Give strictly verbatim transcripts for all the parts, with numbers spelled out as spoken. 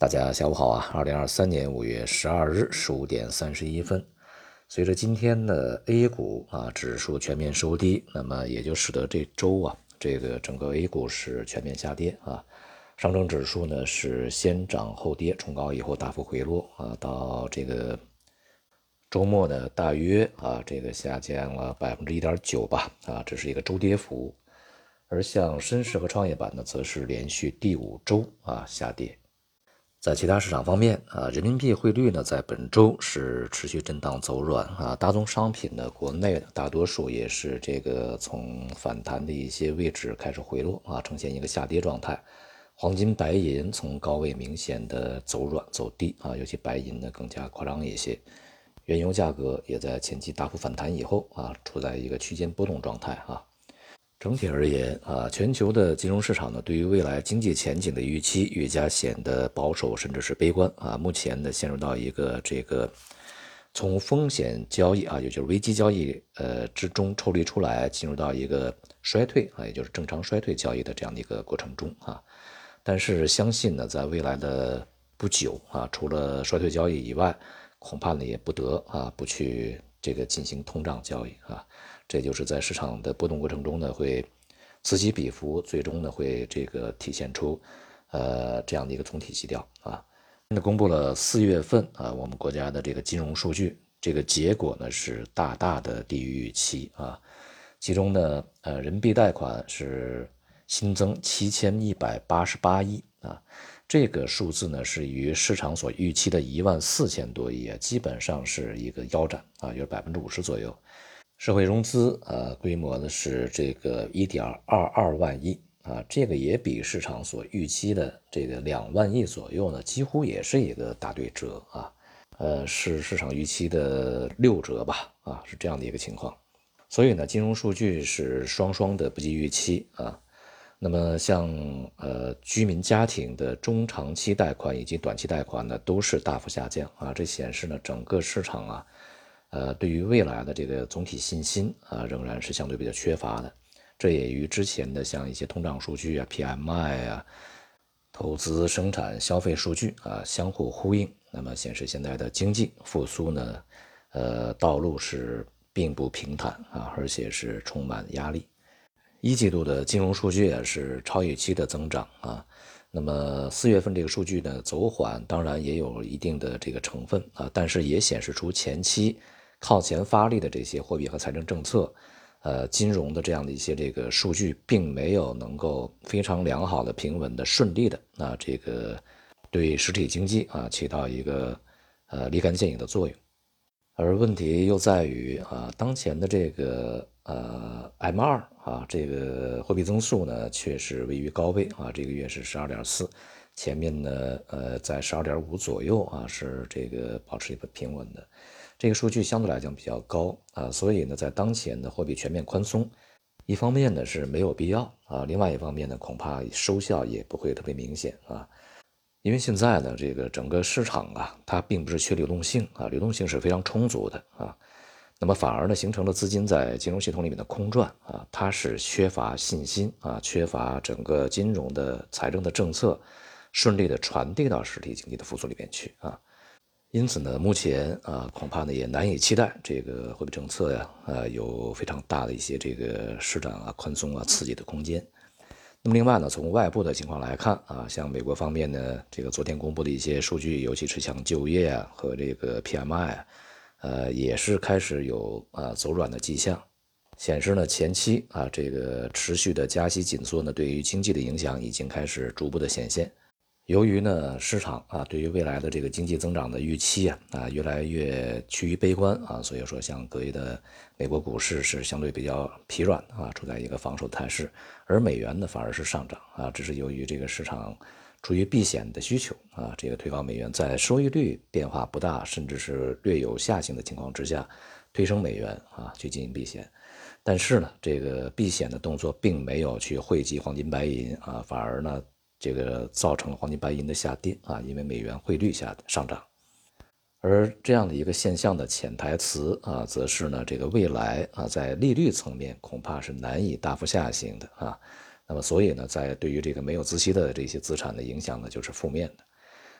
大家下午好啊！二零二三年五月十二日十五点三十一分，随着今天的 A 股啊指数全面收低，那么也就使得这周啊这个整个 A 股是全面下跌啊。上证指数呢是先涨后跌，冲高以后大幅回落啊，到这个周末呢大约啊这个下降了百分之一点九吧啊，这是一个周跌幅。而像深市和创业板呢，则是连续第五周啊下跌。在其他市场方面啊，人民币汇率呢在本周是持续震荡走软啊，大宗商品呢国内的大多数也是这个从反弹的一些位置开始回落啊，呈现一个下跌状态。黄金、白银从高位明显的走软走低啊，尤其白银呢更加夸张一些。原油价格也在前期大幅反弹以后啊，处在一个区间波动状态啊。整体而言啊，全球的金融市场呢，对于未来经济前景的预期愈加显得保守，甚至是悲观啊。目前呢，陷入到一个这个从风险交易啊，也就是危机交易呃之中抽离出来，进入到一个衰退啊，也就是正常衰退交易的这样的一个过程中啊。但是相信呢，在未来的不久啊，除了衰退交易以外，恐怕呢也不得啊不去这个进行通胀交易啊。这就是在市场的波动过程中呢，会此起彼伏，最终呢会这个体现出呃这样的一个总体基调啊。现在公布了四月份啊我们国家的这个金融数据，这个结果呢是大大的低于预期啊。其中呢呃人民币贷款是新增七千一百八十八亿啊，这个数字呢是与市场所预期的一万四千多亿啊，基本上是一个腰斩啊，有百分之五十左右。社会融资呃规模呢是这个一点二二万亿啊，这个也比市场所预期的这个两万亿左右呢，几乎也是一个大对折啊，呃是市场预期的六折吧啊，是这样的一个情况。所以呢，金融数据是双双的不及预期啊。那么像呃居民家庭的中长期贷款以及短期贷款呢，都是大幅下降啊，这显示呢整个市场啊。呃，对于未来的这个总体信心啊，仍然是相对比较缺乏的。这也与之前的像一些通胀数据啊、P M I 啊、投资、生产、消费数据啊相互呼应。那么显示现在的经济复苏呢，呃，道路是并不平坦啊，而且是充满压力。一季度的金融数据也是超预期的增长啊。那么四月份这个数据呢走缓，当然也有一定的这个成分啊，但是也显示出前期靠前发力的这些货币和财政政策，呃，金融的这样的一些这个数据，并没有能够非常良好的、平稳的、顺利的啊，这个对实体经济啊起到一个呃立竿见影的作用。而问题又在于啊，当前的这个呃 M 二 啊，这个货币增速呢，确实位于高位啊，这个月是十二点四，前面呢呃在十二点五左右啊，是这个保持一个平稳的，这个数据相对来讲比较高啊，所以呢，在当前的货币全面宽松，一方面呢是没有必要啊，另外一方面呢恐怕收效也不会特别明显啊。因为现在呢，这个整个市场啊，它并不是缺流动性啊，流动性是非常充足的啊，那么反而呢，形成了资金在金融系统里面的空转啊，它是缺乏信心啊，缺乏整个金融的财政的政策顺利的传递到实体经济的复苏里面去啊，因此呢，目前啊，恐怕呢也难以期待这个货币政策呀，呃，有非常大的一些这个施展啊、宽松啊、刺激的空间。那么另外呢，从外部的情况来看啊，像美国方面呢，这个昨天公布的一些数据，尤其是像就业啊和这个 P M I 啊，呃，也是开始有啊走软的迹象，显示呢前期啊这个持续的加息紧缩呢，对于经济的影响已经开始逐步的显现。由于呢市场啊对于未来的这个经济增长的预期啊啊越来越趋于悲观啊，所以说像各位的美国股市是相对比较疲软啊，处在一个防守态势，而美元呢反而是上涨啊，这是由于这个市场出于避险的需求啊，这个推高美元，在收益率变化不大，甚至是略有下行的情况之下，推升美元啊去进行避险。但是呢，这个避险的动作并没有去惠及黄金白银啊，反而呢。这个造成了黄金白银的下跌啊，因为美元汇率下上涨，而这样的一个现象的潜台词啊，则是呢，这个未来啊，在利率层面恐怕是难以大幅下行的啊。那么，所以呢，在对于这个没有孳息的这些资产的影响呢，就是负面的。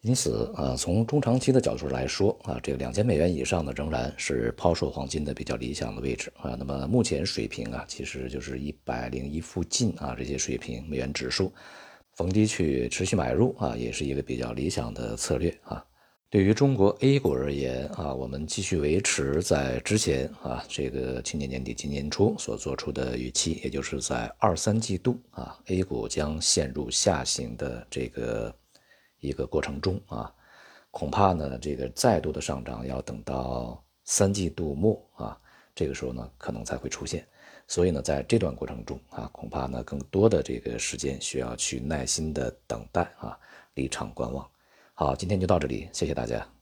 因此啊，从中长期的角度来说啊，这个两千美元以上呢，仍然是抛售黄金的比较理想的位置啊。那么目前水平啊，其实就是一百零一附近啊，这些水平美元指数，逢低去持续买入啊，也是一个比较理想的策略啊。对于中国 A 股而言啊，我们继续维持在之前啊，这个去年年底、今年初所做出的预期，也就是在二三季度啊，A 股将陷入下行的这个一个过程中啊，恐怕呢，这个再度的上涨要等到三季度末啊，这个时候呢，可能才会出现。所以呢，在这段过程中啊，恐怕呢，更多的这个时间需要去耐心的等待啊，离场观望。好，今天就到这里，谢谢大家。